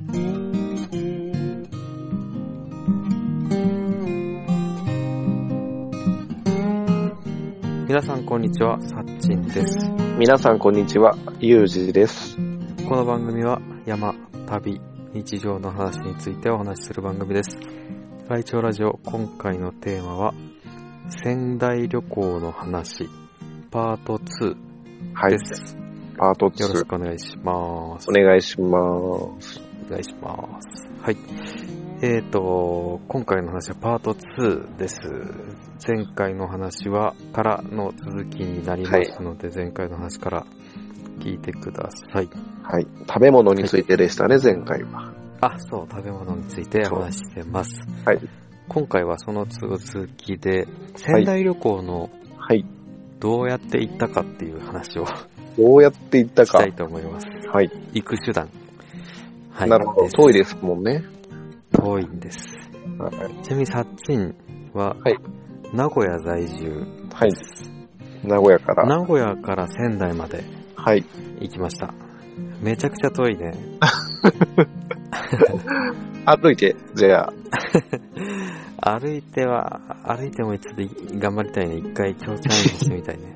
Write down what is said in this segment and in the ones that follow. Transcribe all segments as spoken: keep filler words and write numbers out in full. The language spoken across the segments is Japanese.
皆さんこんにちは、さっちんです。 皆さんこんにちは、ゆうじです。 この番組は山、旅、日常の話についてお話しする番組です。ライチョウラジオ、今回のテーマは仙台旅行の話パートツーです。 はい、パートツー。 よろしくお願いします。 お願いします。 お願いします。はい。えーと、今回の話はパートツーです。前回の話はからの続きになりますので、はい、前回の話から聞いてください。 はい。食べ物についてでしたね、はい、前回は。 あ、そう、食べ物についてお話ししてます。 はい。 今回はその続きで、仙台旅行の、 はい。 どうやって行ったかっていう話を、 どうやって行ったか。 したいと思います。 はい。 行く手段。 はい。なるほど。遠いですもんね。 遠いんです。はい、ちなみにさっちんは、はい、名古屋在住。 はい。名古屋から。 名古屋から仙台まで。 はい。 行きました。めちゃくちゃ遠いね。 歩いて、じゃあ。歩いては、歩いてもちょっと頑張りたいね。一回挑戦してみたいね。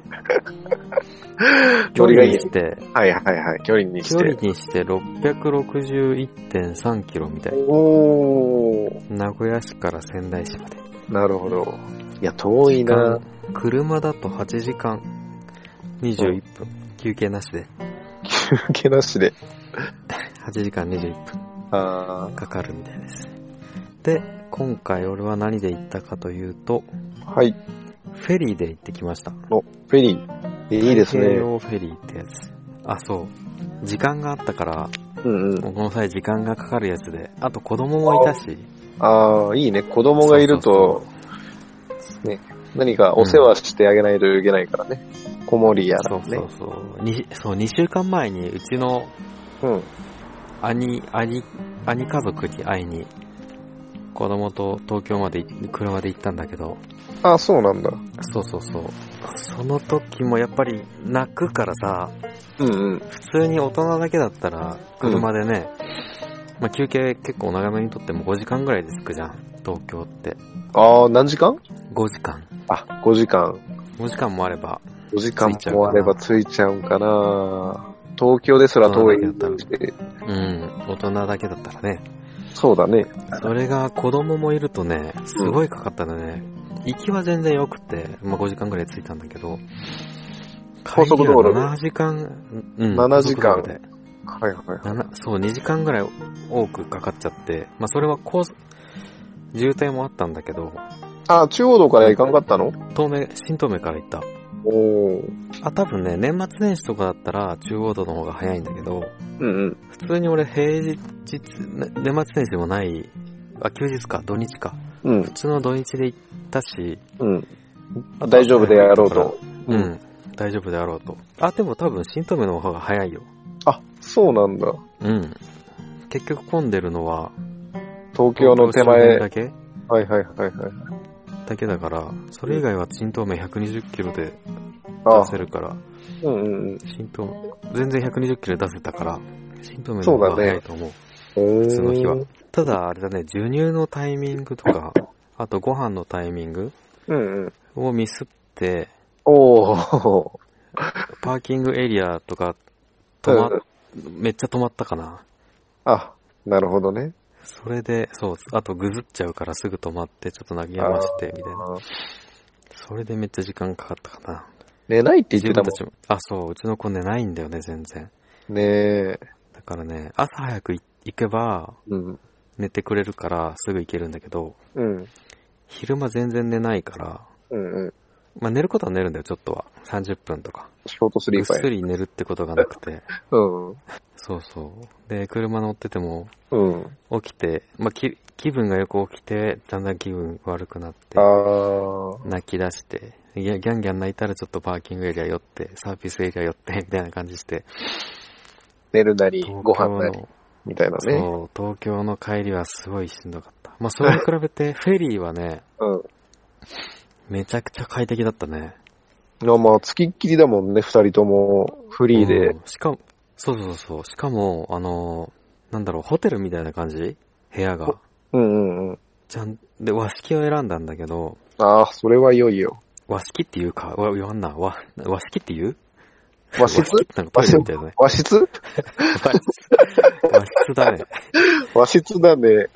距離にして、 はいはいはい、距離にして。 距離にして ろっぴゃくろくじゅういってんさんキロみたいな。 おー。 名古屋市から仙台市まで。 なるほど。いや、遠いな。 車だとはちじかんにじゅういっぷん。休憩なしで。 休憩なしで。 はちじかんにじゅういっぷん。 あー。 かかるみたいです。で、今回俺は何で行ったかというと、 はい。 フェリーで行ってきました。 お、フェリー。いいですね。 太平洋フェリーってやつ。あ、そう。時間があったから、 うんうん、 この際時間がかかるやつで、あと子供もいたし。 ああ、いいね。子供がいると、そうそうそうね、何かお世話してあげないといけないからね。うん、子守やらね。 そうそうそう。に、そう、にしゅうかんまえにうちの、 うん。 兄、兄、兄家族に会いに、子供と東京まで車で行ったんだけど。 ああ、そうなんだ。 そうそうそう。その時もやっぱり泣くからさ、 うんうん、 普通に大人だけだったら車でね、うん、まあ、休憩結構長めにとってもごじかんぐらいで着くじゃん、東京って。 ああ、何時間 ? ご 時間。 あ、ごじかん。 ごじかんもあれば。 ごじかんもあれば着いちゃうんかな。東京ですら遠いだったら。 うん、大人だけだったらね。 そうだね。 それが子供もいるとね、すごいかかったんだね。うん、行きは全然良くて、まあ、ごじかんぐらい着いたんだけど、 高速道路でななじかん、うん、 ななじかんで。 はいはいはい。 そう、にじかんぐらい多くかかっちゃって、まあそれはこう、渋滞もあったんだけど。 あ、中央道から行かんかったの？ 東名、新東名から行った。 おー。 あ、多分ね、年末年始とかだったら中央道の方が早いんだけど、 うんうん。 普通に俺平日、年末年始でもない、あ、休日か、土日か。 うん。 普通の土日で行ったし、 うん。大丈夫でやろうと。 うん。うん、大丈夫であろうと。あ、でも多分新東名の方が早いよ。 あ、そうなんだ。 うん。結局混んでるのは、 東京の手前だけはいはいはいはい。 だけだから、それ以外は新東名ひゃくにじゅっキロで出せるから、 うんうんうん。 新東、全然ひゃくにじゅっキロで出せたから、新東名の方が早いと思う。うね、普通の日は。ただ、あれだね、授乳のタイミングとか、あとご飯のタイミングをミスって、 おー。 パーキングエリアとか止ま、うん、めっちゃ止まったかな。 あ、なるほどね。 それで、そう、あとぐずっちゃうからすぐ止まって、ちょっと投げやまして、みたいな。それでめっちゃ時間かかったかな。 寝ないって言ってたもん。 自分たちも、あ、そう、うちの子寝ないんだよね、全然。 ねえ。 だからね、朝早く行けば、うん、寝てくれるからすぐ行けるんだけど、うん、昼間全然寝ないから、うんうん、まあ寝ることは寝るんだよ、ちょっとは。さんじゅっぷんとか。 ショートスリーパー。 ぐっすり寝るってことがなくて。うん。そうそう。で、車乗ってても、うん、起きて、まあき、気分がよく起きて、だんだん気分悪くなって、泣き出して、ギャンギャン泣いたらちょっとパーキングエリア寄って、サービスエリア寄って、みたいな感じして。 寝るなり、ご飯なり、みたいなね。 そう、東京の帰りはすごいしんどかった。まあ、それに比べて、フェリーはね、うん、めちゃくちゃ快適だったね。 いや、まあ、つきっきりだもんね、二人とも、フリーで。 うん、しかも、そうそうそう、しかも、あの、 なんだろう、ホテルみたいな感じ部屋が。 うんうんうん。 ちゃん、で、和式を選んだんだけど。 ああ、それはいよいよ。 和式って言うか、わ、言わんな。和、和式って言う和室和室みたいだね。 和室和室だね。 和室だね。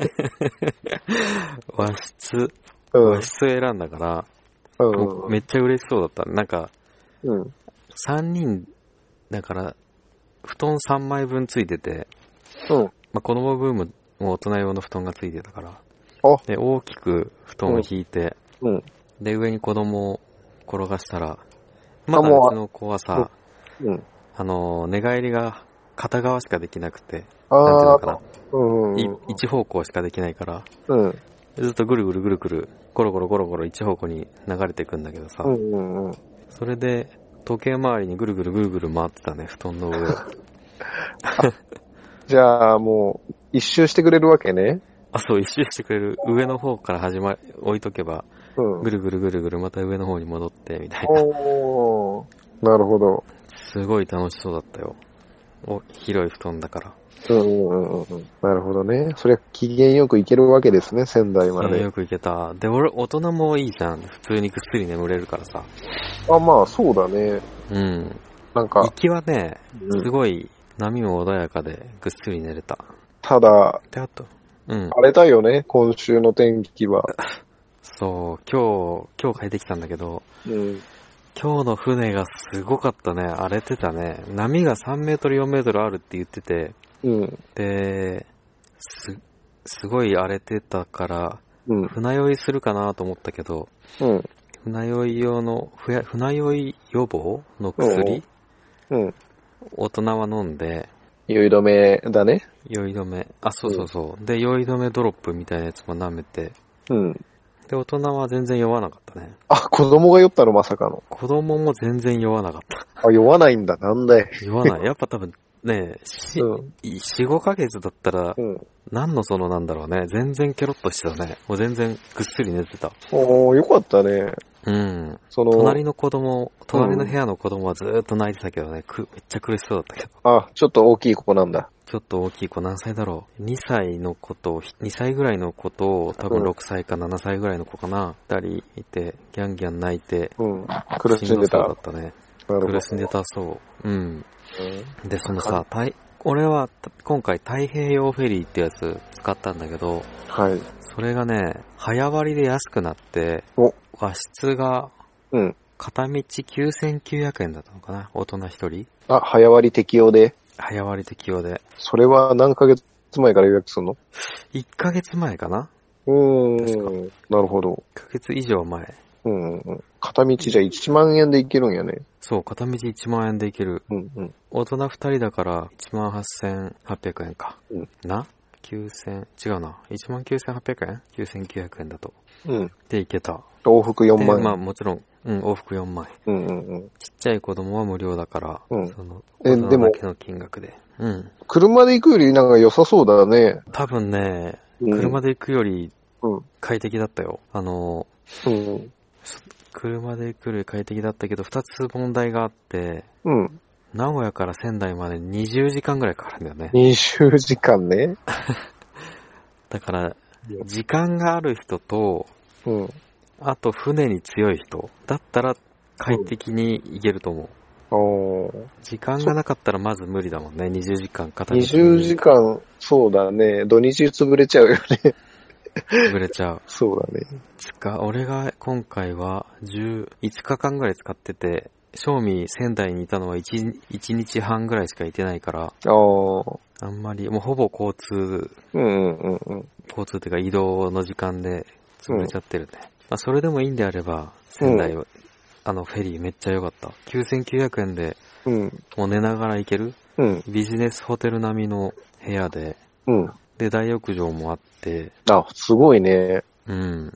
和室、うん、和室を選んだから、うん、めっちゃ嬉しそうだった。なんか、うん、さんにん、だから、布団さんまいぶんついてて、うん、まあ、子供分も大人用の布団がついてたから、で、大きく布団を引いて、うんうん、で、上に子供を転がしたら、まだうちの子はさ、うん、あの、寝返りが片側しかできなくて、なんていうのかな、うんうん、一方向しかできないから、うん、ずっとぐるぐるぐるぐる、ゴロゴロゴロゴロ一方向に流れていくんだけどさ、うんうんうん、それで時計回りにぐるぐるぐるぐる回ってたね、布団の上を。 じゃあもう一周してくれるわけね。 あ、そう、一周してくれる。上の方から始まり、置いとけば、うん、ぐるぐるぐるぐるまた上の方に戻ってみたいな。 おー、なるほど。 すごい楽しそうだったよ。お、広い布団だから。 うんうんうんうん。なるほどね。それは機嫌よく行けるわけですね、仙台まで。 機嫌よく行けた。で、俺、大人もいいじゃん。普通にぐっすり眠れるからさ。 あ、まあ、そうだね。 うん。なんか。行きはね、すごい波も穏やかでぐっすり寝れた。 ただ、 で、あと、うん。 荒れたよね、今週の天気は。 そう、今日、今日帰ってきたんだけど、うん、今日の船がすごかったね。荒れてたね。波がさんメートル、よんメートルあるって言ってて、うん、で、す、すごい荒れてたから、うん、船酔いするかなと思ったけど、うん、船酔い用の、船酔い予防の薬、うんうん、大人は飲んで、 酔い止めだね。 酔い止め。あ、そうそうそう。うん、で、酔い止めドロップみたいなやつも舐めて、うん。で、大人は全然酔わなかったね。 あ、子供が酔ったのまさかの。 子供も全然酔わなかった。 あ、酔わないんだ。なんで。 酔わない。やっぱ多分ね、し、うん、よん、ごかげつだったら、うん、何のそのなんだろうね。全然ケロッとしてたね。もう全然ぐっすり寝てた。 おー、よかったね。 うん。その、隣の子供、隣の部屋の子供はずーっと泣いてたけどね、く、めっちゃ苦しそうだったけど。 あ、ちょっと大きい子なんだ。 ちょっと大きい子何歳だろう。にさいの子と、にさいぐらいの子と、多分ろくさいかななさいぐらいの子かな。二人いて、ギャンギャン泣いて、うん。 苦しんでた。 そうだったね。苦しんでたそう。うん。うん、で、そのさ、たい俺は今回太平洋フェリーってやつ使ったんだけど、はい。それがね、早割りで安くなって、お和室が、うん。片道きゅうせんきゅうひゃくえんだったのかな、大人一人。 あ、早割り適用で早割り適用で。 それは何ヶ月前から予約するの？ いっ ヶ月前かな。 うーん。確か。なるほど。 いっかげつ以上前。 うんうん。片道じゃいちまんえんで行けるんやね。 そう、片道いちまんえんで行ける。うんうん。大人ふたりだからいちまんはっせんはっぴゃくえんか。うん。な ?きゅうせん、違うな。いちまんきゅうせんはっぴゃくえん ?きゅうせんきゅうひゃくえんだと。うん。で行けた。 往復よんまんえん。 まあもちろん、うん、往復よんまんえん。うんうんうん。ちっちゃい子供は無料だから、うん。その、え、でも、だけの金額で。うん。 車で行くよりなんか良さそうだね。 多分ね、車で行くより快適だったよ。あの、うん。車で行くより快適だったけど、二つ問題があって、うん。名古屋から仙台までにじゅうじかんぐらいかかるんだよね。 にじゅうじかんね。 だから、時間がある人と、うん。あと船に強い人だったら快適に行けると思う。おー。時間がなかったらまず無理だもんね。にじゅうじかん片道。 にじゅうじかん、そうだね。土日潰れちゃうよね。 潰れちゃう。 そうだね。 つか、俺が今回はじゅういつかかんぐらい使ってて、正味仙台にいたのはいちにちはんぐらいしかいてないから、ああんまり、もうほぼ交通、うんうんうん、交通っていうか移動の時間で潰れちゃってるね。うん、まあそれでもいいんであれば、仙台は、うん、あのフェリーめっちゃ良かった。きゅうせんきゅうひゃくえんで、うん、もう寝ながら行ける、うん、ビジネスホテル並みの部屋で、うん、で、大浴場もあって、 あ、すごいね。 うん。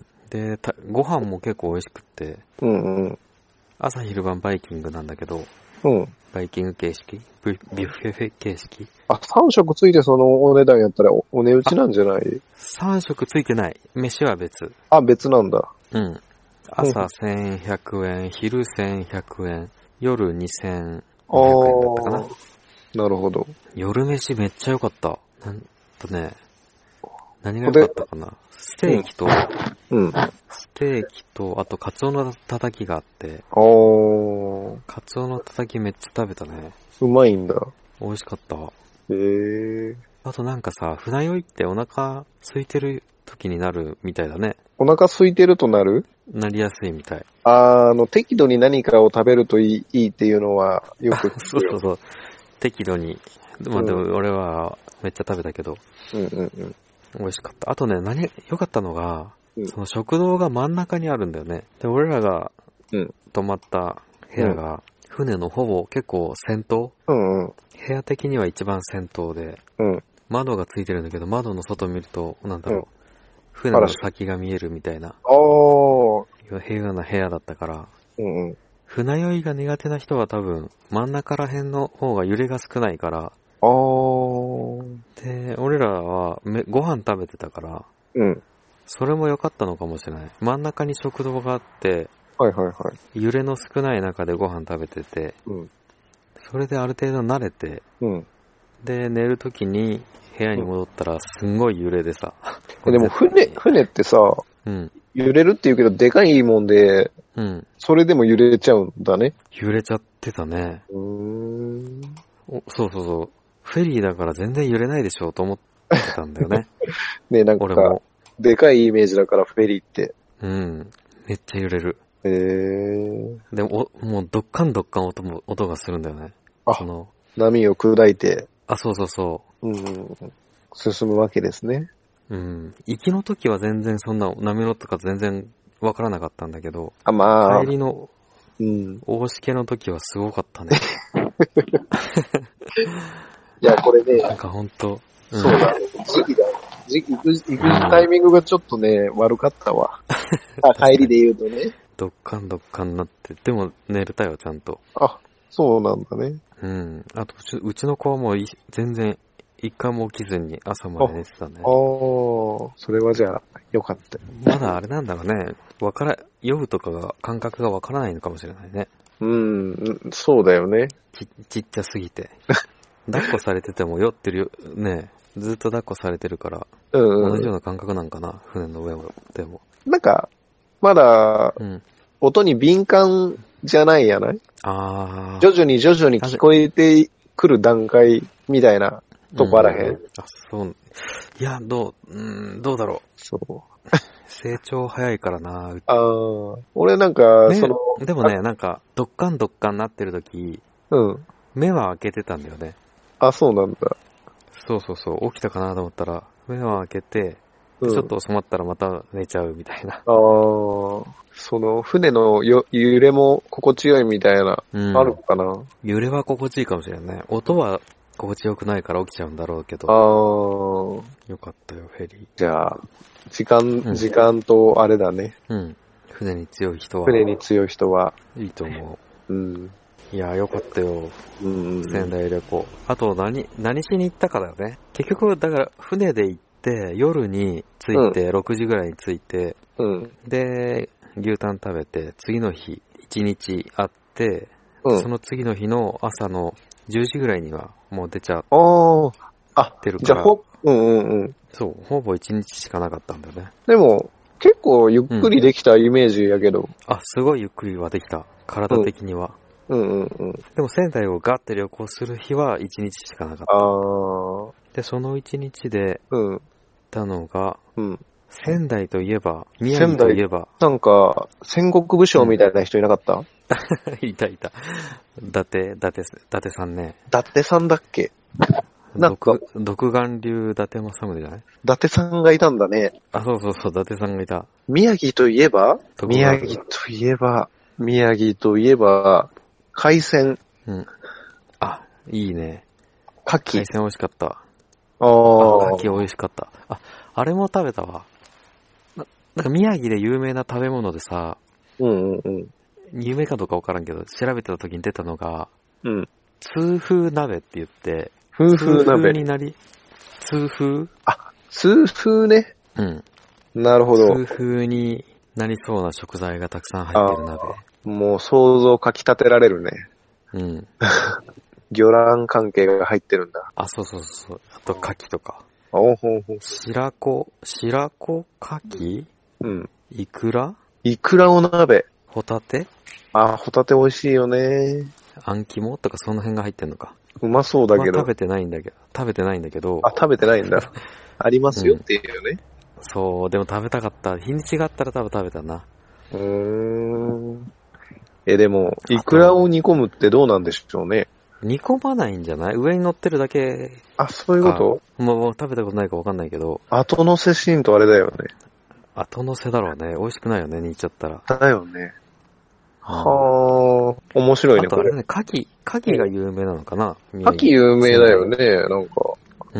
で、たご飯も結構美味しくって、うんうん。朝昼晩バイキングなんだけど、うん。バイキング形式ビュッフェ形式あ、さん食ついてそのお値段やったら お, お値打ちなんじゃない？ さん 食ついてない。飯は別。 あ、別なんだ。 うん。朝せんひゃくえん、うん、昼せんひゃくえん、夜にせんにひゃくえんだったかな。 なるほど。 夜飯めっちゃ良かった。 なんとね、何が良かったかな。ステーキと、うん。ステーキと、あとカツオのたたきがあって、おー。カツオのたたきめっちゃ食べたね。 うまいんだ。 美味しかった。へー。 あとなんかさ、船酔いってお腹空いてる時になるみたいだね。 お腹空いてるとなる？ なりやすいみたい。 あー、あの、適度に何かを食べるといい、いいっていうのはよく聞くよ。 そうそうそう。適度に。まあでも俺はめっちゃ食べたけど。うんうんうん。美味しかった。あとね、何、良かったのが、うん、その食堂が真ん中にあるんだよね。で、俺らが泊まった部屋が、船のほぼ結構先頭、うんうん、部屋的には一番先頭で、うん、窓がついてるんだけど、窓の外見ると、なんだろう、うん、船の先が見えるみたいな、平和な部屋だったから、うんうん、船酔いが苦手な人は多分、真ん中ら辺の方が揺れが少ないから、あで、俺らはめご飯食べてたから、うん。それも良かったのかもしれない。真ん中に食堂があって、はいはいはい。揺れの少ない中でご飯食べてて、うん。それである程度慣れて、うん。で、寝るときに部屋に戻ったらすんごい揺れでさ。 うん、でも船、船ってさ、うん。揺れるって言うけどでかいもんで、うん。それでも揺れちゃうんだね。 揺れちゃってたね。うーん。お、そうそうそう。フェリーだから全然揺れないでしょうと思ってたんだよね。 ね、なんか、俺もでかいイメージだからフェリーって。 うん。めっちゃ揺れる。へー。でも、おもうドッカンドッカン音も、音がするんだよね。 あ、その、波を砕いて。 あ、そうそうそう。うん。 進むわけですね。 うん。行きの時は全然そんな波の音とか全然わからなかったんだけど。 あ、まあ。 帰りの、うん。大しけの時はすごかったね。 いや、これね。 なんかほんと。 うん、そうだ、時期だ。時期、行く、行くタイミングがちょっとね、うん、悪かったわ。あ、帰りで言うとね。 どっかんどっかんなって。でも寝れたよ、ちゃんと。 あ、そうなんだね。 うん。あと、うちの子はもう全然、一回も起きずに朝まで寝てたね。 ああ、それはじゃあ、よかった。 まだあれなんだろうね。わから、夜とかが、感覚がわからないのかもしれないね。 うん、そうだよね。 ち、ちっちゃすぎて。抱っこされてても酔ってるよ、ね。ずっと抱っこされてるから、うんうん、同じような感覚なんかな、船の上でも。 なんか、まだ、うん、音に敏感じゃないやない？ああ。徐々に徐々に聞こえてくる段階みたいなとこあらへん、うん、 あ、そう。いや、どう、うん、どうだろう。そう。成長早いからな。 ああ。俺なんか、 ね、 その。 でもね、なんか、どっかんどっかんなってる時、うん。目は開けてたんだよね。 あ、そうなんだ。 そうそうそう。起きたかなと思ったら、目は開けて、うん、ちょっと染まったらまた寝ちゃうみたいな。ああ。 その、船のよ揺れも心地よいみたいな、うん、あるかな。 揺れは心地いいかもしれないね。音は心地よくないから起きちゃうんだろうけど。ああ。よかったよ、フェリー。 じゃあ、時間、うん、時間とあれだね。 うん。船に強い人は。 船に強い人は。 いいと思う。うん。いや、よかったよ。うん。仙台旅行。あと、何、何しに行ったかだよね。結局、だから、船で行って、夜に着いて、うん、ろくじぐらいに着いて、うん。で、牛タン食べて、次の日、いちにち会って、うん、その次の日の朝のじゅうじぐらいには、もう出ちゃってるから。じゃあ、ほ、うんうんうん。そう、ほぼいちにちしかなかったんだよね。 でも、結構ゆっくりできたイメージやけど。うん、 あ、すごいゆっくりはできた。体的には。うんうんうん。でも仙台をガッて旅行する日はいちにちしかなかった。あで、そのいちにちで、うん。たのが、うん。仙台といえば、宮城といえば。 なんか、戦国武将みたいな人いなかった？うん、 いたいた。伊達、伊達、伊達さんね。 伊達さんだっけ？ なんか、独眼流伊達政宗じゃない？伊達さんがいたんだね。 あ、そうそうそう、伊達さんがいた。 宮城といえば宮城といえば、宮城といえば、海鮮。うん。 あ、いいね。 牡蠣。 海鮮美味しかった。ああ。牡蠣美味しかった。あ、あれも食べたわ。な、なんか宮城で有名な食べ物でさ、うんうんうん。有名かどうかわからんけど、調べてた時に出たのが、うん。痛風鍋って言って、 風風鍋。 痛風になり、痛風？ あ、痛風ね。うん。なるほど。 痛風になりそうな食材がたくさん入ってる鍋。 もう想像かき立てられるね。 うん。 魚卵関係が入ってるんだ。 あ、そうそうそう。あと、牡蠣とか。 おほんほん。 白子、白子牡蠣？うん。イクラ？ イクラお鍋。 ホタテ？ あ、ホタテ美味しいよね。 あん肝とかその辺が入ってんのか。 うまそうだけど。 まあ、食べてないんだけど、食べてないんだけど。 あ、食べてないんだ。ありますよっていうね、うん。 そう、でも食べたかった。日にちがあったら多分食べたな。 うーん。え、でも、イクラを煮込むってどうなんでしょうね。 煮込まないんじゃない？上に乗ってるだけ。 あ、そういうこと？ もう、もう食べたことないかわかんないけど。 後乗せシーンとあれだよね。 後乗せだろうね。美味しくないよね、煮ちゃったら。 だよね。はぁ、面白いね、 これ。あとあれね、牡蠣、牡蠣が有名なのかな？ 牡蠣有名だよね、なんか。 うん。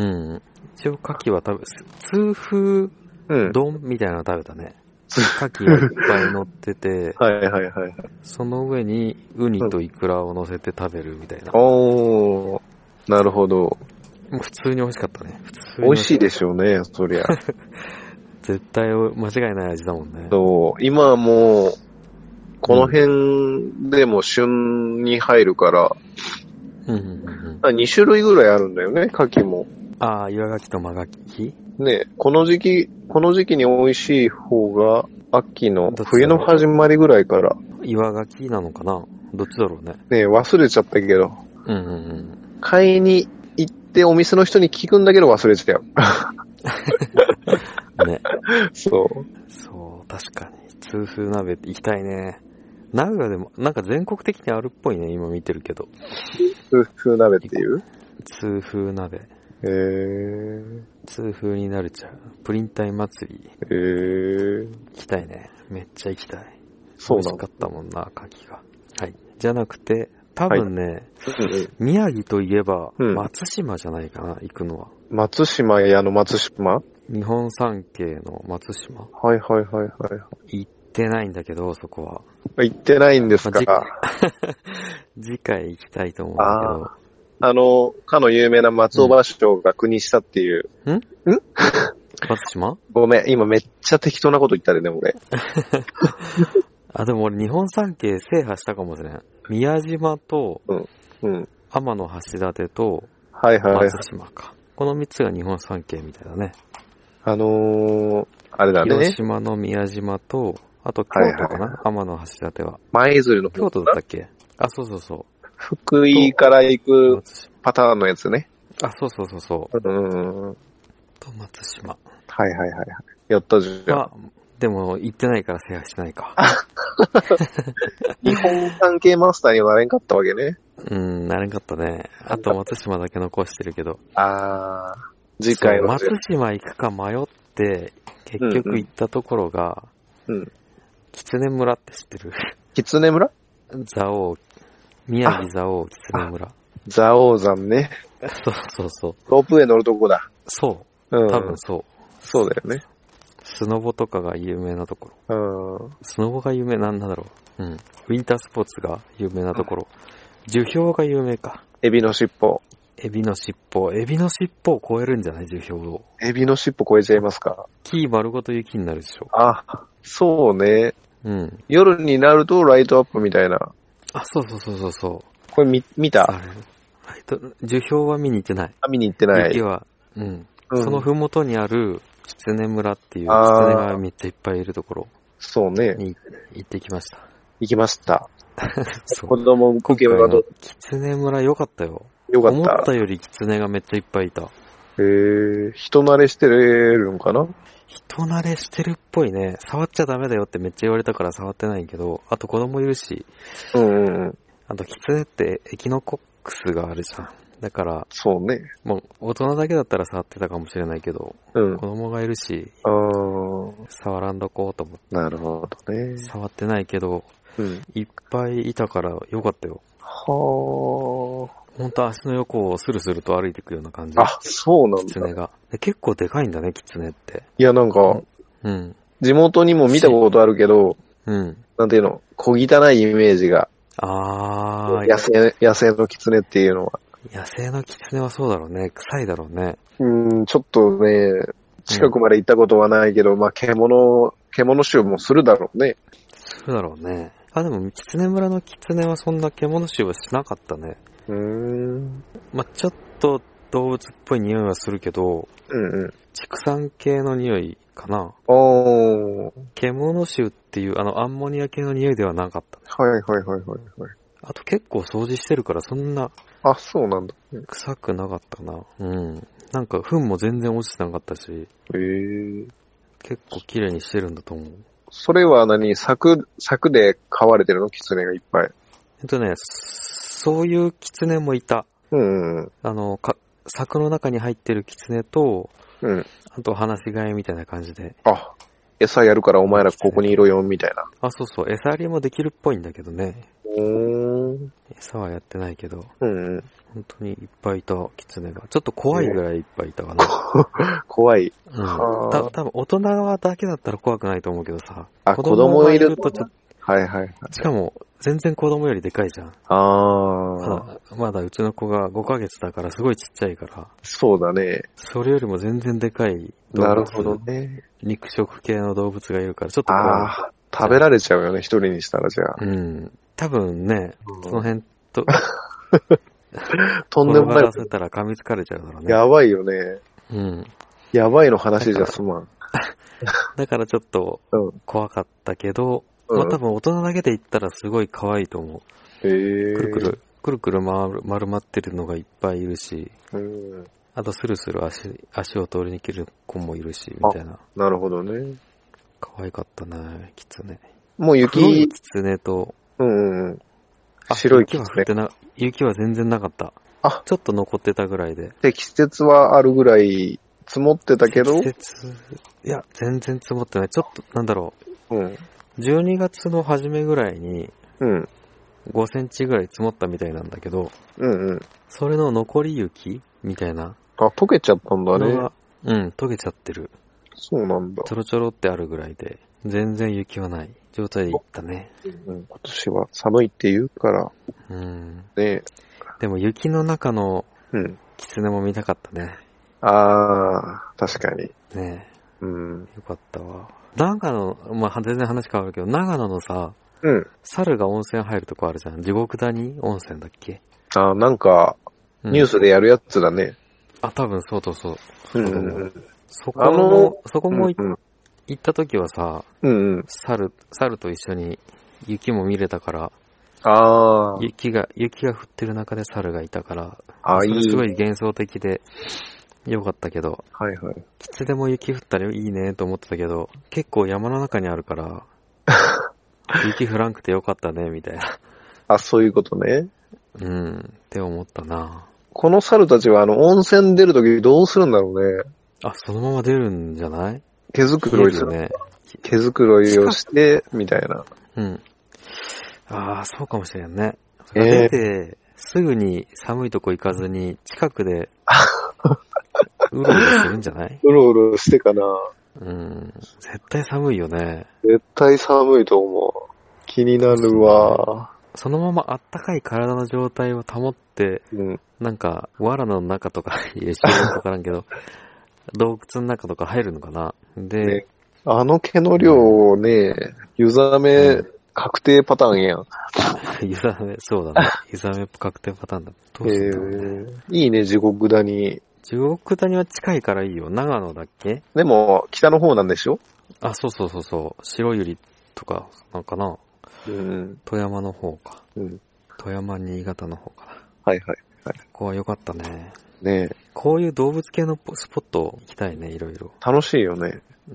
一応牡蠣は食べ、痛風丼みたいなの食べたね。牡蠣がいっぱい乗ってて、 はいはいはい。 その上にウニとイクラを乗せて食べるみたいな。 おー、なるほど。もう普通に美味しかったね。普通に美味しいでしょうね、そりゃ。 絶対間違いない味だもんね。 そう、今はもう、この辺でも旬に入るから、うんうんうん、に種類ぐらいあるんだよね、牡蠣も。 ああ、岩牡蠣と真牡蠣？ ね、この時期、この時期に美味しい方が、秋の、冬の始まりぐらいから。 岩牡蠣なのかな？どっちだろうね。 ね、忘れちゃったけど。 うんうんうん。 買いに行ってお店の人に聞くんだけど忘れちゃう。 ね。 そう。 そう、確かに。痛風鍋行きたいね。名古屋でも、なんか全国的にあるっぽいね、今見てるけど。 痛風鍋っていう？ 痛風鍋。 へー。 痛風になれちゃう。プリン体祭り。 へー。 行きたいね。めっちゃ行きたい。 そうなの？ 美味しかったもんな、牡蠣が。はい。じゃなくて、多分ね、はい、宮城といえば、松島じゃないかな、行くのは。 松島屋の松島？ 日本三景の松島。 はいはいはいはい。 行ってないんだけど、そこは。 行ってないんですか？まあ、次回行きたいと思うんだけど。 あ, あの、かの有名な松尾芭蕉が国したっていう。 んん松島？ ごめん、今めっちゃ適当なこと言ったでね、俺。 あ、でも俺日本三景制覇したかもしれん。宮島と、 うんうん、 天橋立と、 はいはいはい、 松島か。この三つが日本三景みたいだね。 あのー、あれだね。 広島の宮島と、あと京都かな、はいはい、天橋立は。 舞鶴の方。 京都だったっけ？あ、そうそうそう。 福井から行くパターンのやつね。 あ、そうそうそうそう。 うん。 と松島。 はいはいはいはい。やったじゃん。 まあ、でも行ってないから制覇してないか。 日本関係マスターにはなれんかったわけね。 うん、なれんかったね。あと松島だけ残してるけど。 あー、次回は。 松島行くか迷って、結局行ったところが、うん、うん。狐村って知ってる？ 狐村？ 蔵王、宮城蔵王狐村。 蔵王山ね。 そうそうそう。 ロープウェイ乗るとこだ。 そう。うん、多分そう。 そうだよね。 スノボとかが有名なところ。うん。 スノボが有名なんだろう。うん。ウィンタースポーツが有名なところ。樹氷が有名か。 エビの尻尾。 エビの尻尾。エビの尻尾を超えるんじゃない？樹氷を。 エビの尻尾超えちゃいますか？ 木丸ごと雪になるでしょ。 あ、そうね。 うん。 夜になるとライトアップみたいな。 あ、そうそうそうそうそう。 これ見、見た？ ライト、樹氷は見に行ってない。 あ、見に行ってない。 雪は、うん。うん、そのふもとにある、狐村っていう、狐がめっちゃいっぱいいるところ。 そうね。 に行ってきました。 行きました。 そう。 子供向けはど狐村良かったよ。 良かった。 思ったより狐がめっちゃいっぱいいた。 へえ、人慣れしてるんかな？ 人慣れしてるっぽいね。触っちゃダメだよってめっちゃ言われたから触ってないけど、あと子供いるし。 うんうんうん。 あと狐ってエキノコックスがあるじゃん。だから、 そうね。 もう大人だけだったら触ってたかもしれないけど、うん、子供がいるし、 あ触らんどこうと思って。 なるほどね。 触ってないけど、うん、いっぱいいたからよかったよ。 はぁ。 ほんと足の横をスルスルと歩いていくような感じ。 あ、そうなんだ。 狐が。結構でかいんだね、狐って。 いや、なんか、 うん。 地元にも見たことあるけど、 うん。 なんていうの、小汚いイメージが。 あー。 野生、野生の狐っていうのは。 野生の狐はそうだろうね。臭いだろうね。 うーん、ちょっとね、近くまで行ったことはないけど、うん、まあ、獣、獣臭もするだろうね。 するだろうね。あ、でも、狐村の狐はそんな獣臭はしなかったね。 うーん。 まあ、ちょっと動物っぽい匂いはするけど、 うんうん。 畜産系の匂いかな。 おー。 獣臭っていうあのアンモニア系の匂いではなかったね。 はいはいはいはいはい。 あと結構掃除してるからそんな、 あ、そうなんだ。 臭くなかったな。うん。なんか糞も全然落ちてなかったし。へえー。 結構綺麗にしてるんだと思う。 それは何柵、柵で飼われてるの？キツネがいっぱい。 えっとね、そういうキツネもいた。 うんうん。 あの、か、柵の中に入ってるキツネと、 うん。 あと放し飼いみたいな感じで。 あ、餌やるからお前らここにいろよ、みたいな。 あ、そうそう。餌やりもできるっぽいんだけどね。 うーん。 餌はやってないけど。 うんうん。 本当にいっぱいいた、キツネが。ちょっと怖いぐらいいっぱいいたかな。 怖い。 うん。た、多分大人はだけだったら怖くないと思うけどさ。 あ、子供いるとちょっと。 はいはいはい。 しかも、全然子供よりでかいじゃん。 ああ。 まだ、まだうちの子がごかげつだからすごいちっちゃいから。 そうだね。 それよりも全然でかい動物。 なるほどね。 肉食系の動物がいるからちょっと怖い。 ああ、食べられちゃうよね、一人にしたらじゃあ。 うん。多分ね、うん、その辺と、 とんでもない。 転がらせたら噛みつかれちゃうだろうね。 やばいよね。 うん。 やばいの話じゃすまん。 だからちょっと怖かったけど、うん、まあ多分大人だけで言ったらすごい可愛いと思う。 へー。 くるくる、くるくる丸丸まってるのがいっぱいいるし、 うん、 あとスルスル足、足を通りに切る子もいるし、みたいな。 なるほどね。 可愛かったね、キツネ。 もう雪。 黒いキツネと、 うんうん。白いキツネ。 雪は降ってな、雪は全然なかった。あ、ちょっと残ってたぐらいで。 積雪はあるぐらい積もってたけど。 積雪、いや、全然積もってない。ちょっと、なんだろう。うん。 じゅうにがつの初めぐらいに、 うん。 ごセンチぐらい積もったみたいなんだけど、 うんうん。 それの残り雪みたいな。 あ、溶けちゃったんだね。 うん、溶けちゃってる。 そうなんだ。 ちょろちょろってあるぐらいで、全然雪はない状態で行ったね。 うん、今年は寒いって言うから。 うん。 ね。 でも雪の中の、 うん。 キツネも見たかったね。 あー、確かに。 ねえ。うん。 よかったわ。長野、まあ、全然話変わるけど、長野のさ、 うん。 猿が温泉入るとこあるじゃん。地獄谷温泉だっけ？ あー、なんか、ニュースでやるやつだね。 うん、あ、多分そうそうそう。 うんうんうん。 そこも、そこも、 うんうん、 行った時はさ、 うんうん、 猿、猿と一緒に雪も見れたから、 あ雪が、雪が降ってる中で猿がいたから、 あ、 それすごい幻想的でよかったけど、 はいはい。 キツネも雪降ったらいいねと思ってたけど、結構山の中にあるから、雪降らんくてよかったね、みたいな。 あ、そういうことね。 うん、って思ったな。 この猿たちはあの温泉出るときどうするんだろうね。 あ、そのまま出るんじゃない？ 毛づくろいするね。毛づくろいをして、みたいな。 うん。ああ、そうかもしれんね。出て、すぐに寒いとこ行かずに、近くで、うろうろするんじゃない？ うろうろしてかな。 うん。絶対寒いよね。 絶対寒いと思う。気になるわ。 そのままあったかい体の状態を保って、 うん、なんか、藁の中とか、いや、知らんかからんけど、洞窟の中とか入るのかな。で、 ね、あの毛の量をね、湯冷め確定パターンやん。 湯冷め、そうだね。湯冷め確定パターンだ。どうするんだろうね。 いいね、地獄谷。 地獄谷は近いからいいよ。長野だっけ？ でも、北の方なんでしょ？あ、 そうそうそうそう。白百合とか、なんかな。 うん、 富山の方か。 うん、 富山、新潟の方かな。 はいはいはい。 ここは良かったね。 ねえ。 こういう動物系のスポット行きたいね、いろいろ。 楽しいよね。 うん。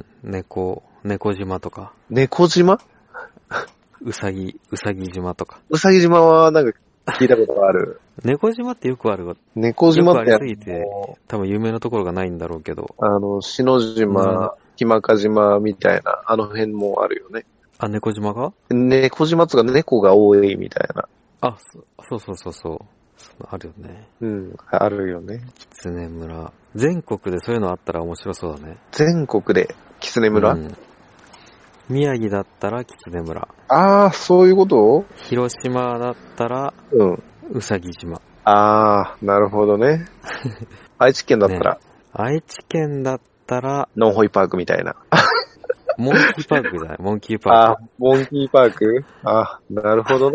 猫、猫島とか。 猫島？ うさぎ、うさぎ島とか。 うさぎ島はなんか聞いたことがある。 猫島ってよくあるわ。 猫島ってよくありすぎて、多分有名なところがないんだろうけど。 あの、篠島、日間賀島みたいな、あの辺もあるよね。 あ、猫島が？ 猫島つが猫が多いみたいな。 あ、そうそうそうそう。あるよね。 うん、あるよね。 キツネ村。全国でそういうのあったら面白そうだね。 全国でキツネ村、うん、 宮城だったらキツネ村。 ああ、そういうこと？ 広島だったら、 うん。 うさぎ島。 ああ、なるほどね。愛知県だったら、ね、 愛知県だったら、 ノンホイパークみたいな。 モンキーパークじゃないモンキーパーク。 あ、モンキーパークあ、なるほどね。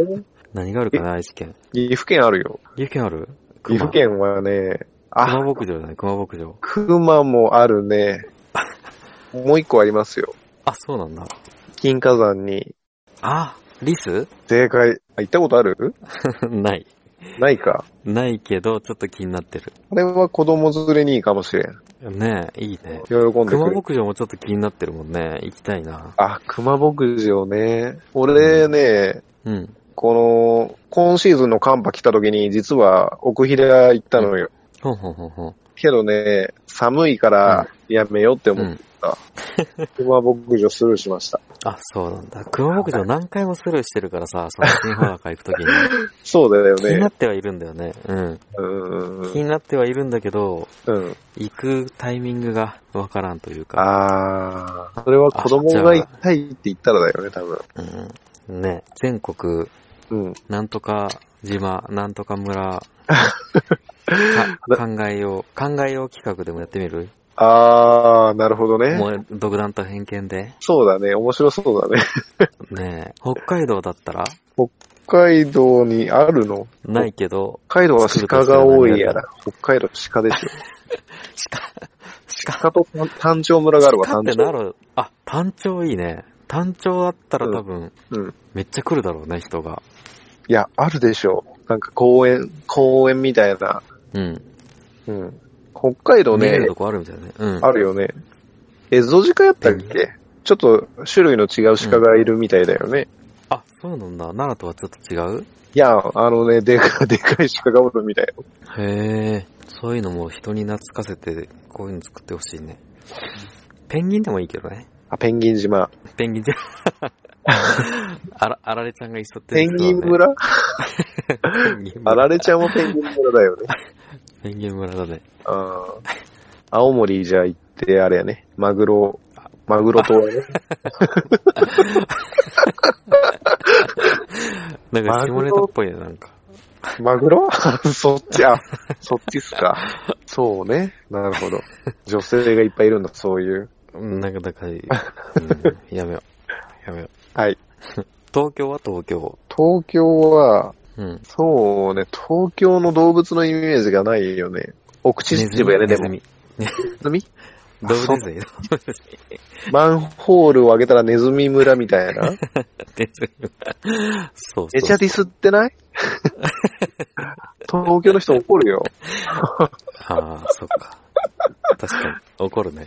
何があるかな、愛知県。 岐阜県あるよ。 岐阜県ある？ 岐阜県はね、 熊牧場じゃない？熊牧場。 熊もあるね。もう一個ありますよ。 あ、そうなんだ。 金華山に。 あ、リス？ 正解。あ、行ったことある？ ない。 ないか。 ないけど、ちょっと気になってる。 あれは子供連れにいいかもしれん。ねえ、いいね。 喜んでくれる。 熊牧場もちょっと気になってるもんね。行きたいな。 あ、熊牧場ね。俺ね、 うん。うん、 この、今シーズンの寒波来た時に実は奥平行ったのよ。 うん、ほんほんほん。 けどね、寒いからやめようって思った。うん、熊牧場スルーしました。 あ、そうなんだ。熊牧場何回もスルーしてるからさ、その新穂高行くときに。 そうだよね。 気になってはいるんだよね。うん。 うん気になってはいるんだけど、 うん、 行くタイミングがわからんというか。 あー、それは子供が行きたいって言ったらだよね、多分。 うん。ね、全国、 うん、 なんとか島、なんとか村、考えよう、考えよう企画でもやってみる？ あー、なるほどね。 もう独断と偏見で。 そうだね、面白そうだね。 ねえ、北海道だったら？ 北北海道にあるの？ ないけど。 北海道は鹿が多いやら。北海道鹿でしょ。 鹿。 鹿と単調村があるわ、 単調。鹿ってなる。あ、単調いいね。単調あったら多分、うん、うん、めっちゃ来るだろうね、人が。 いや、あるでしょ。なんか公園、公園みたいな。 うん。 うん。北海道ね。 見れるとこあるみたいなね。うん。 あるよね。エゾジカやったっけ？ちょっと種類の違う鹿がいるみたいだよね。 うん、あ、そうなんだ。奈良とはちょっと違う？ いや、あのね、でか、でかい鹿がおるみたいよ。 へえ。そういうのも人に懐かせて、こういうの作ってほしいね。ペンギンでもいいけどね。 あ、ペンギン島。 ペンギン島。あら、あられちゃんがいそってる、ね。ペンギン村あられちゃんもペンギン村だよね。 ペンギン村だね。 あ青森じゃ行って、あれやね。マグロ、マグロ島やね。 なんか下ネタっぽいね、なんか。 マグロそっち、あ、そっちっすか。そうね。なるほど。女性がいっぱいいるんだ、そういう。 なんか、だから、うん、やめよう。やめよう。 はい。 東京は東京東京は、 うん、 そうね、東京の動物のイメージがないよね。奥秩父やね、でも。ネズミ動物ですね。 マンホールを開けたらネズミ村みたいな。 ネズミ村。そうそう。 めちゃディスってない東京の人怒るよ。 ああ、そっか。確かに。怒るね。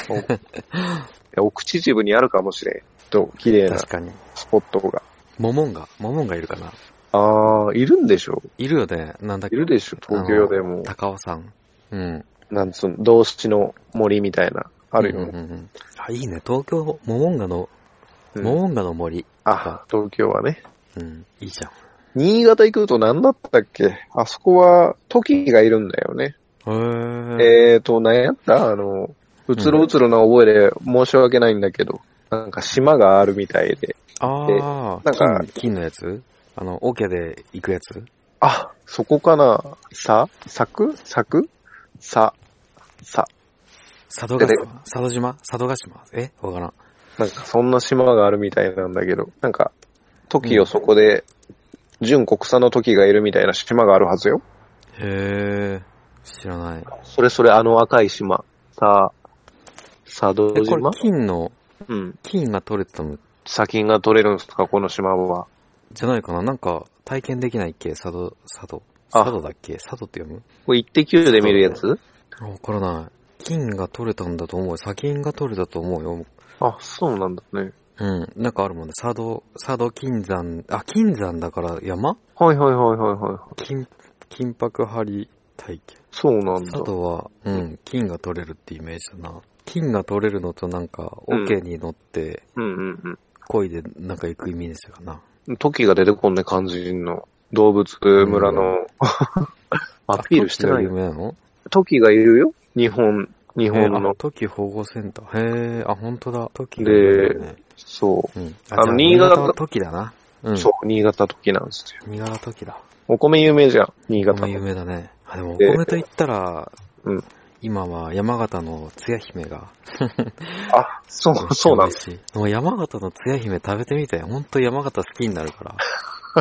奥秩父にあるかもしれん。と、綺麗なスポットが。 モモンガモモンガいるかな？ ああ、いるんでしょ？ いるよね。なんだっけ？ いるでしょ、東京でも。 高尾山。うん。 なんつうの、同七の森みたいな、あるよね。 うんうんうん、あ、いいね。東京、モモンガの、うん、モモンガの森。 あ、東京はね。 うん、いいじゃん。 新潟行くと何だったっけ？あそこは、トキがいるんだよね。 へー。 えーと、何やったあの、うつろうつろな覚えで申し訳ないんだけど、うん、なんか島があるみたいで。 ああ、なんか金、金のやつ？あの、オケで行くやつ？ あ、そこかな？さ？咲く？咲く？さ、さ。 佐渡島佐渡島佐渡島えわからん。 なんかそんな島があるみたいなんだけど、なんか、トキをそこで、純国産のトキがいるみたいな島があるはずよ。 へー、知らない。 それそれあの赤い島。さ、佐渡島？ これ金の、 うん。 金が取れたの？ 砂金が取れるんですか、この島は。 じゃないかな、なんか体験できないっけ、佐渡、佐渡。佐渡だっけ？佐渡って読む？ これイッテ Q で見るやつ？ わからない。金が取れたんだと思うよ。砂金が取れたと思うよ。 あ、そうなんだね。 うん。なんかあるもんね。佐渡、佐渡金山、あ、金山だから山？ はいはいはいはいはい。 金、金箔張り体験。 そうなんだ。 佐渡は、うん、金が取れるってイメージだな。金が取れるのとなんか、桶に乗って、 うんうんうん。 漕いでなんか行くイメージかな。 トキが出てこんね、肝心の。動物村の、うん、アピールしてない。 トキが有名なの？ トキがいるよ。日本、日本の。 トキ保護センター。へー、あ、ほんとだ。トキがいる、ね。で、そう。うん、 あの、新潟はトキだな。 うん、そう、新潟トキなんですよ。 新潟トキだ。 お米有名じゃん、新潟。 お米有名だね。あ、でもお米と言ったら、 うん。 今は山形のつや姫が。 あ、そう、そうなんです。 もう山形のつや姫食べてみて。ほんと山形好きになるから。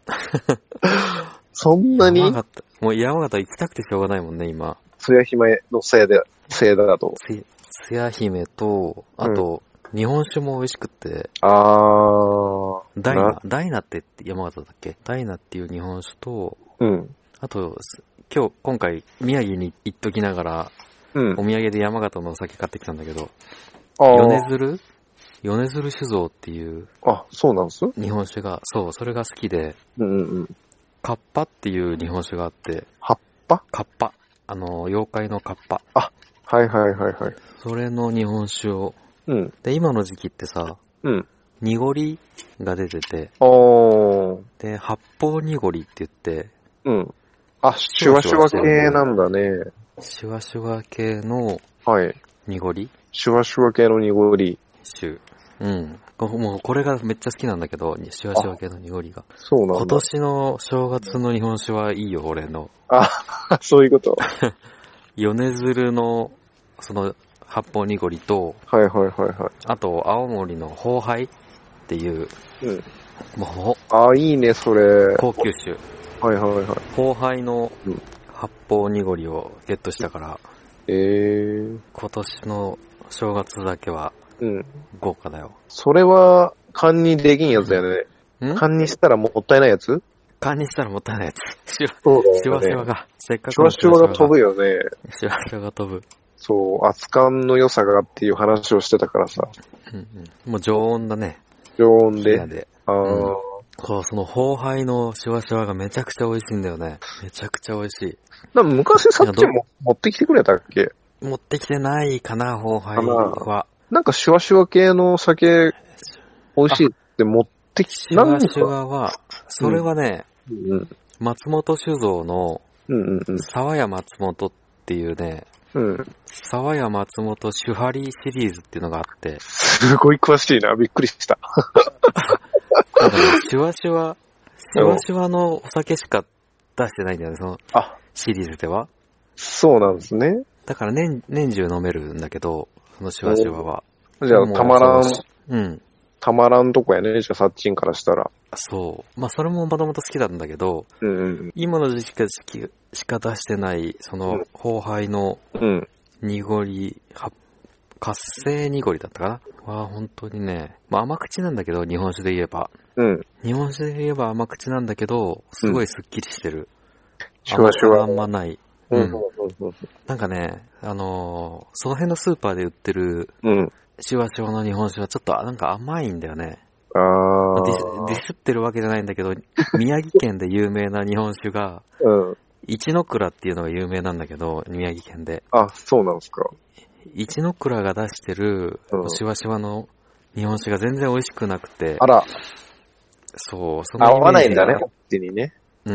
そんなに？ 山形、もう山形行きたくてしょうがないもんね、今。 つや姫のせいで、せいだと。 つ、つや姫と、あと、うん、日本酒も美味しくって。 あー。 ダイナ、ダイナって山形だっけ？ダイナっていう日本酒と、 うん。 あと、今日、今回、宮城に行っときながら、うん、お土産で山形のお酒買ってきたんだけど、米鶴米鶴酒造っていう。 あ、そうなんす？ 日本酒が、そう、それが好きで、 うんうんうん。 カッパっていう日本酒があって。 葉っぱ？ カッパ。あの、妖怪のカッパ。 あ、はいはいはいはい。 それの日本酒を。 うん。 で、今の時期ってさ、 うん。 濁りが出てて。 おー。 で、発泡濁りって言って。 うん。あ、シュワシュワ系なんだね。 シュワシュワ系の、 はい。 濁り？ シュワシュワ系の濁り。 シュ。うん。もうこれがめっちゃ好きなんだけど、シュワシュワ系の濁りが。 そうなんだ。 今年の正月の日本酒はいいよ、俺の。 あ、そういうこと。 米鶴の、その、発泡濁りと、 はいはいはいはい。 あと、青森の豊杯っていう、 うん。 もう、 あ、いいね、それ。 高級酒。 はいはいはい。 豊杯の発泡濁りをゲットしたから、 えー、 今年の正月だけは、 うん。 豪華だよ。 それは、缶にできんやつだよね。うん、缶にしたらもったいないやつ？ 缶にしたらもったいないやつ。シュワ、ね、 シュワシュワが、せっかくシュワシュワが飛ぶよね。 シュワシュワが飛ぶ。 そう、熱燗の良さがっていう話をしてたからさ。 うんうん、もう常温だね。 常温で。 でああ、うん、 そう、その豊杯のシュワシュワがめちゃくちゃ美味しいんだよね。めちゃくちゃ美味しい。 なんか昔さっきも持ってきてくれたっけ？ 持ってきてないかな、豊杯は。 なんかシュワシュワ系の酒、美味しいって持ってきて、 シュワシュワは、それはね、 うん、 松本酒造の、 うんうんうん、 沢屋松本っていうね、 うん、 沢屋松本酒張りシリーズっていうのがあって。 すごい詳しいな、びっくりした。 なんかね、シュワシュワ、シュワシュワのお酒しか出してないんだよね、そのシリーズでは。 そうなんですね。 だから年、年中飲めるんだけど、そのシュワシュワは。 じゃあ、たまらん、 うん。 たまらんとこやね、じゃあ、サッチンからしたら。 そう。まあ、それももともと好きなんだけど、 うんうん、 今の時期しか出してない、その、豊杯の、濁り、は、活性濁りだったかなは、本当にね、まあ、甘口なんだけど、日本酒で言えば。 うん。 日本酒で言えば甘口なんだけど、すごいスッキリしてる。 シュワシュワ。 あんまない。うん。なんかね、あのー、その辺のスーパーで売ってる、 うん。 シュワシュワの日本酒はちょっとなんか甘いんだよね。 あー。 ディス、ディスってるわけじゃないんだけど、宮城県で有名な日本酒が、 うん。 一の蔵っていうのが有名なんだけど、宮城県で。 あ、そうなんですか。 一の蔵が出してる、シュワシュワの日本酒が全然美味しくなくて。 あら。 そう、そのイメージが合わないんだね、こっちにね。 うん。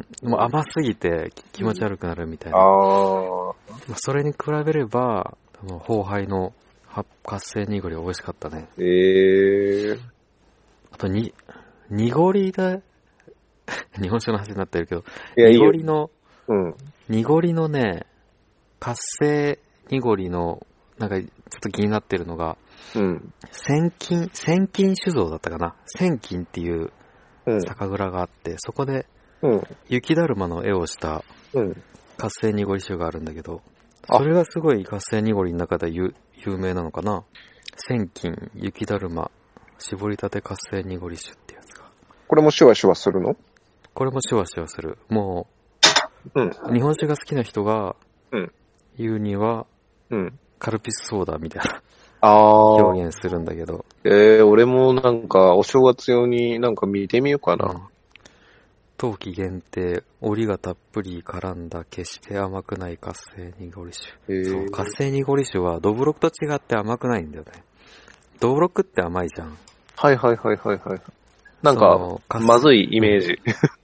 もう甘すぎて気持ち悪くなるみたいな。 うん、ああ。 それに比べれば、豊杯の活性濁りは美味しかったね。 ええー。 あとに、濁りで、日本酒の話になってるけど、 いや濁りの、 うん。 濁りのね、活性濁りの、なんかちょっと気になってるのが、 うん。 千金、千金酒造だったかな。千金っていう酒蔵があって、うん、そこで、 うん、 雪だるまの絵をした活性濁り酒があるんだけど、それがすごい活性濁りの中で有有名なのかな。千金、雪だるま、絞りたて活性濁り酒ってやつが。 これもシュワシュワするの？ これもシュワシュワする。もう、うん、 日本酒が好きな人が言うには、 うん、 カルピスソーダみたいなあ表現するんだけど。 えー、俺もなんかお正月用になんか見てみようかな。うん、 冬季限定、折りがたっぷり絡んだ決して甘くない活性濁り酒。 えー、 そう、活性濁り酒はドブロックと違って甘くないんだよね。ドブロックって甘いじゃん。 はいはいはいはいはい。なんか、まずいイメージ。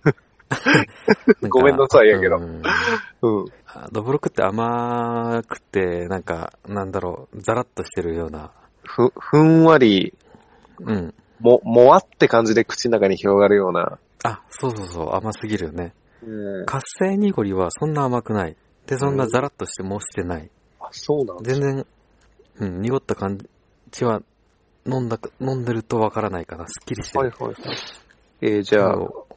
ごめんなさいやけど。うん。うん、 ドブロックって甘くて、なんか、なんだろう、ザラッとしてるような。 ふ、ふんわり、 うん。 も、もわって感じで口の中に広がるような。 あ、そうそうそう、甘すぎるよね。 うん。 活性濁りはそんな甘くない。で、そんなザラッとしてもしてない。 うん、あ、そうなんです全然、うん、濁った感じは、飲んだ、飲んでるとわからないかな。すっきりしてる。 はいはいはい。えー、じゃあ、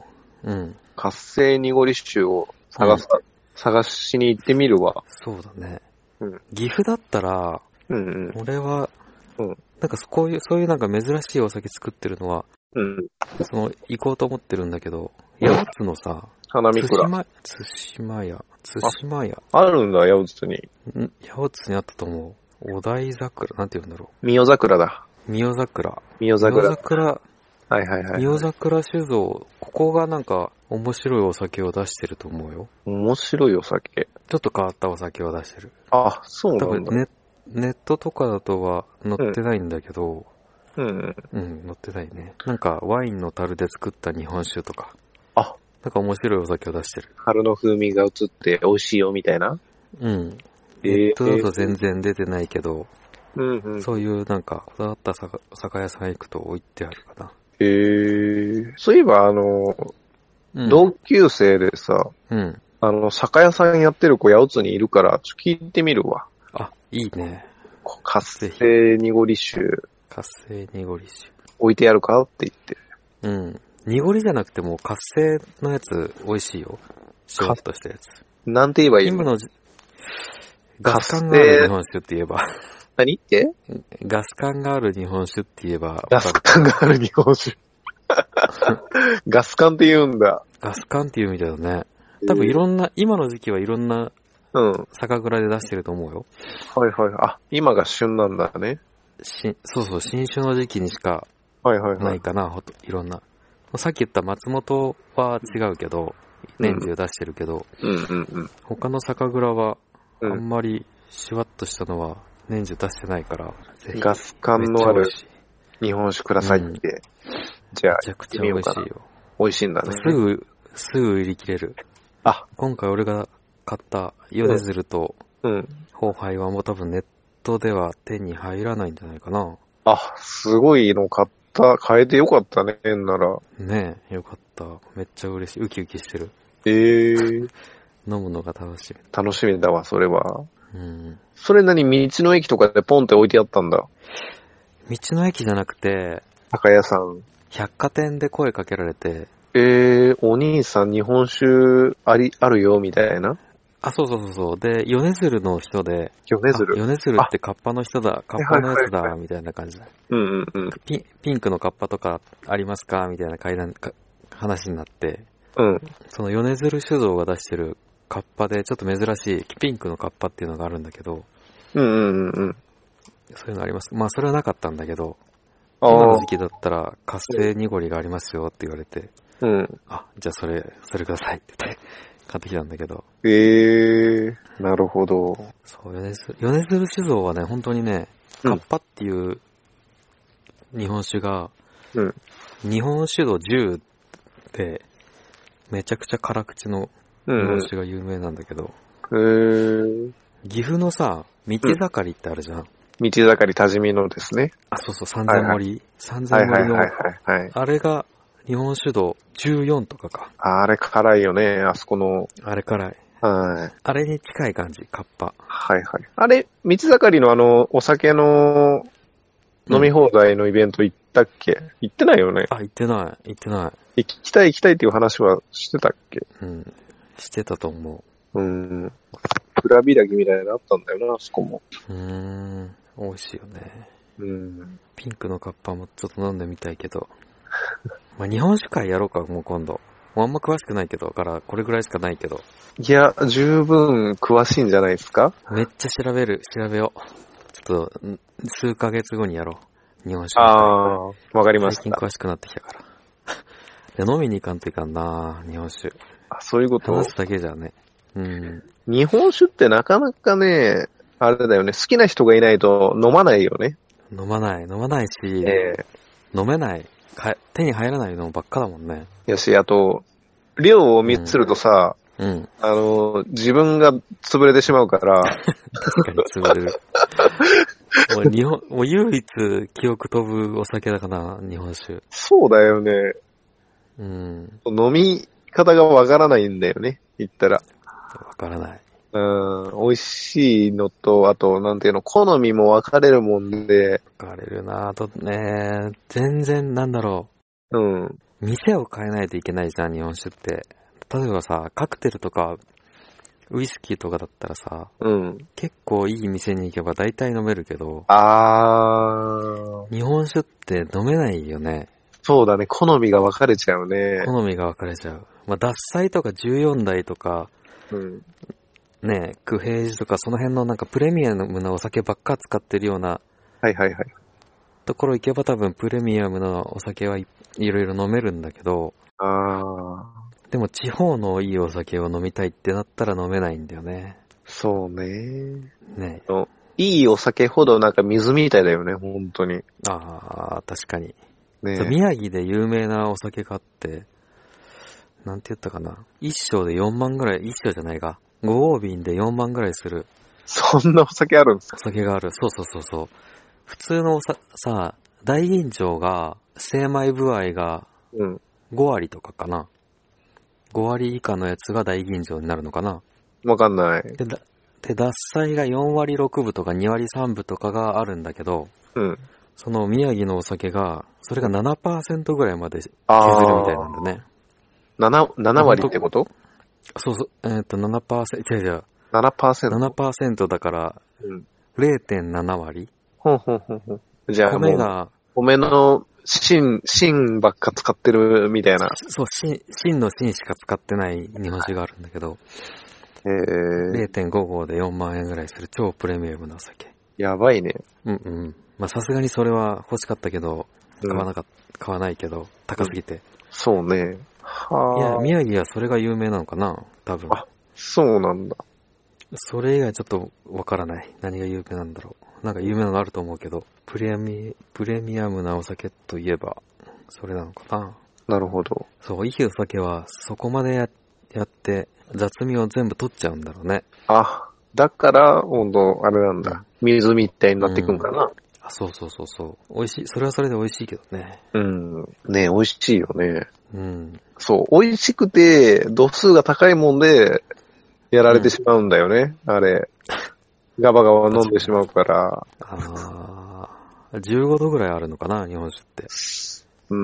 うん。活性濁り酒を探す、うん、探しに行ってみるわ。 そうだね。うん。岐阜だったら、うんうん。俺は、うん。なんかこういう、そういうなんか珍しいお酒作ってるのは、うん。その、行こうと思ってるんだけど、八百津のさ、 花見蔵。 津島屋。津島屋。 あるんだ、八百津に。 ん八百津にあったと思う。お題桜、なんて言うんだろう。御代桜だ。 御代桜。 御代桜。 御代桜。 はいはいはい。 御代桜酒造、ここがなんか面白いお酒を出してると思うよ。 面白いお酒。 ちょっと変わったお酒を出してる。 あ、そうなんだ。多分ネ、ネットとかだとは載ってないんだけど、 うん。うん、 うん、載ってないね。なんかワインの樽で作った日本酒とか。 あ、 なんか面白いお酒を出してる。 春の風味が移って美味しいよみたいな。 うん。ネットだと全然出てないけど、うんうん、そういうなんかこだわった酒屋さん行くと置いてあるかな。 へえー。そういえばあの、うん、同級生でさ、うん、あの、酒屋さんやってる子八百津にいるから、ちょっと聞いてみるわ。 あ、いいね。 活性濁り酒。 活性濁り酒。 置いてあるかって言って。 うん。濁りじゃなくても活性のやつ美味しいよ。シュワッとしたやつ。 なんて言えばいいの？ 今のガス感がある日本酒って言えば。 何って？ ガス感がある日本酒って言えば。 ガス感がある日本酒。ガス感って言うんだ。 ガス感って言うみたいだね。多分いろんな、今の時期はいろんな酒蔵で出してると思うよ。 はいはい。あ、今が旬なんだね。 しそうそう、新酒の時期にしかないかな、はいはいはい、いろんな。さっき言った松本は違うけど、年中出してるけど、うんうんうん、他の酒蔵はあんまりシュワッとしたのは年中出してないから、 ぜひガス感のある日本酒くださいって。うん、じゃあ、 めちゃくちゃ美味しいよ。 美味しいんだね。 すぐ、すぐ売り切れる。あ、今回俺が買った米鶴と宝杯はもう多分ネットでは手に入らないんじゃないかな。 あ、すごいの買った。買えてよかったね、なら。 ねえ、よかった。めっちゃ嬉しい。ウキウキしてる。 ええー。 飲むのが楽しみ。 楽しみだわ、それは。うん。それ何、道の駅とかでポンって置いてあったんだ。 道の駅じゃなくて、 酒屋さん。 百貨店で声かけられて、 えー、お兄さん日本酒あり、あるよ、みたいな。 あ、そうそうそうそう。で、米鶴の人で、 米鶴米鶴ってカッパの人だ、カッパのやつだ、みたいな感じで。うんうんうん。ピ、ピンクのカッパとかありますかみたいな階段か、話になって、うん。その米鶴酒造が出してるカッパで、ちょっと珍しいピンクのカッパっていうのがあるんだけど、 うんうんうんうん。 そういうのあります。まあ、それはなかったんだけど、今の時期だったら活性濁りがありますよって言われて、うん。あ、じゃあそれ、それくださいって言って、買ってきたんだけど。 ええー、なるほど。 そう、米津、米津酒造はね、本当にね、カッパっていう日本酒が、うん、日本酒度じゅうで、めちゃくちゃ辛口の日本酒が有名なんだけど、うん、へえ。岐阜のさ、道盛りってあるじゃん。 道盛り多治見のですね。 あ、そうそう、三千盛り。三千盛りの、あれが、日本酒度じゅうよんとかか。 あれ辛いよね、あそこの。 あれ辛い。はい。あれに近い感じ、カッパ。 はいはい。あれ、道盛りのあの、お酒の飲み放題のイベント行ったっけ、うん、行ってないよね。 あ、行ってない、行ってない。 行きたい行きたいっていう話はしてたっけ。 うん。してたと思う。うん。プラ開きみたいなのあったんだよな、あそこも。 うーん。美味しいよね。うん。ピンクのカッパもちょっと飲んでみたいけど。まあ、日本酒会やろうか、もう今度。もうあんま詳しくないけど、だからこれぐらいしかないけど。 いや、十分詳しいんじゃないですか？ めっちゃ調べる、調べよう。ちょっと、数ヶ月後にやろう。日本酒。 ああ、わかりました。 最近詳しくなってきたから。で飲みに行かんといかんな、日本酒。 あ、そういうこと？ 話すだけじゃね。うん。 日本酒ってなかなかね、あれだよね、好きな人がいないと飲まないよね。 飲まない、飲まないし、えー、飲めない。か手に入らないのばっかだもんね。 よし、あと、量を見つるとさ、うん、うん、あの、自分が潰れてしまうから。 確かに潰れる。もう日本、もう唯一記憶飛ぶお酒だから、日本酒。 そうだよね。うん。飲み方がわからないんだよね、言ったら。 わからない。 うん、美味しいのと、あと、なんていうの、好みも分かれるもんで。 分かれるなぁとね、全然なんだろう。うん。 店を変えないといけないじゃん、日本酒って。例えばさ、カクテルとか、ウイスキーとかだったらさ、うん、結構いい店に行けば大体飲めるけど、あー。日本酒って飲めないよね。 そうだね、好みが分かれちゃうね。 好みが分かれちゃう。まあ、獺祭とかじゅうよん代とか、うん、ね、九平寺とかその辺のなんかプレミアムなお酒ばっか使ってるような、 はいはいはい。 ところ行けば多分プレミアムなお酒はい、いろいろ飲めるんだけど、あー。でも地方のいいお酒を飲みたいってなったら飲めないんだよね。 そうね。ね。いいお酒ほどなんか水みたいだよね、本当に。 ああ、確かに。ね、宮城で有名なお酒があって、なんて言ったかな。一升でよんまんぐらい、一升じゃないか。ご合瓶でよんまんぐらいする。 そんなお酒あるんですか？ お酒がある。そうそうそうそう。普通のおさ、さ、大吟醸が、精米部合がご割とかかな。ご割以下のやつが大吟醸になるのかな？ わかんない。 で、で獺祭がよん割ろくぶとかに割さんぶとかがあるんだけど、うん。その宮城のお酒が、それが ななパーセント ぐらいまで削るみたいなんだね。 なな、なな割ってこと？ そうそう、えー、っと、ななパーセント、違う違う。 ななパーセント？ ななパーセント だから、うん、れいてんなな割。 ほんほんほんほん。じゃあ、米が、米の芯、芯ばっか使ってるみたいな。 そう、芯、芯の芯しか使ってない日本酒があるんだけど、えー、れいてんご 合でよんまん円ぐらいする超プレミアムなお酒。 やばいね。 うんうん。まあさすがにそれは欲しかったけど、買わなかった、買わないけど、高すぎて。うん、 そうね。 はあ。いや、宮城はそれが有名なのかな多分。 あ、そうなんだ。 それ以外ちょっとわからない。何が有名なんだろう。なんか有名なのあると思うけど、プレミ、プレミアムなお酒といえば、それなのかな。 なるほど。 そう、いいお酒はそこまで や, やって、雑味を全部取っちゃうんだろうね。 あ、だから、ほんと、あれなんだ。水みたいになっていくんかな。うん、 あ、そうそうそうそう。美味しい。それはそれで美味しいけどね。 うん。ね、美味しいよね。うん。そう、美味しくて、度数が高いもんで、やられてしまうんだよね、うん、あれ。ガバガバ飲んでしまうから。 ああ、じゅうごどぐらいあるのかな、日本酒って。 うん、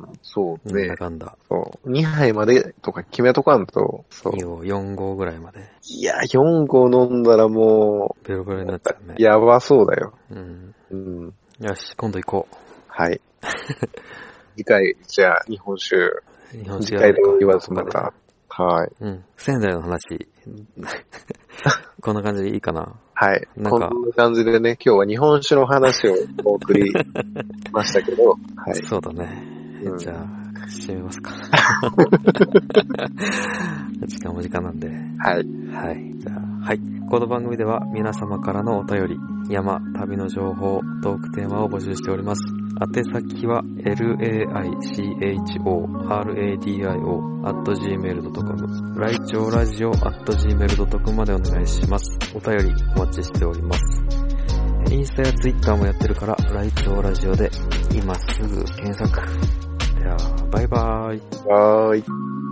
そうね。 なんだかんだ。 そう。にはいまでとか決めとかんと。 そう。よん合ぐらいまで。 いや、よん合飲んだらもう。ベロベロになっちゃうね。 やばそうだよ。 うん。うん。よし、今度行こう。 はい。次回、じゃあ、日本酒。日本酒次回で言わずまた。はい。 うん。仙台の話。こんな感じでいいかな。 はい。なんかこんな感じでね、今日は日本酒の話をお送りましたけど。はい。 そうだね。うん、じゃあ、締めますか。時間も時間なんで。 はい。 はい。じゃあ、はい。この番組では皆様からのお便り、山、旅の情報、トークテーマを募集しております。宛先は エルエーアイシーエイチオーアールエーディーアイオー アット ジーメールドットコム ライチョウラジオ アット ジーメールドットコム までお願いします。お便りお待ちしております。インスタやツイッターもやってるから、ライチョウラジオで今すぐ検索。では、バイバーイ。 バイ。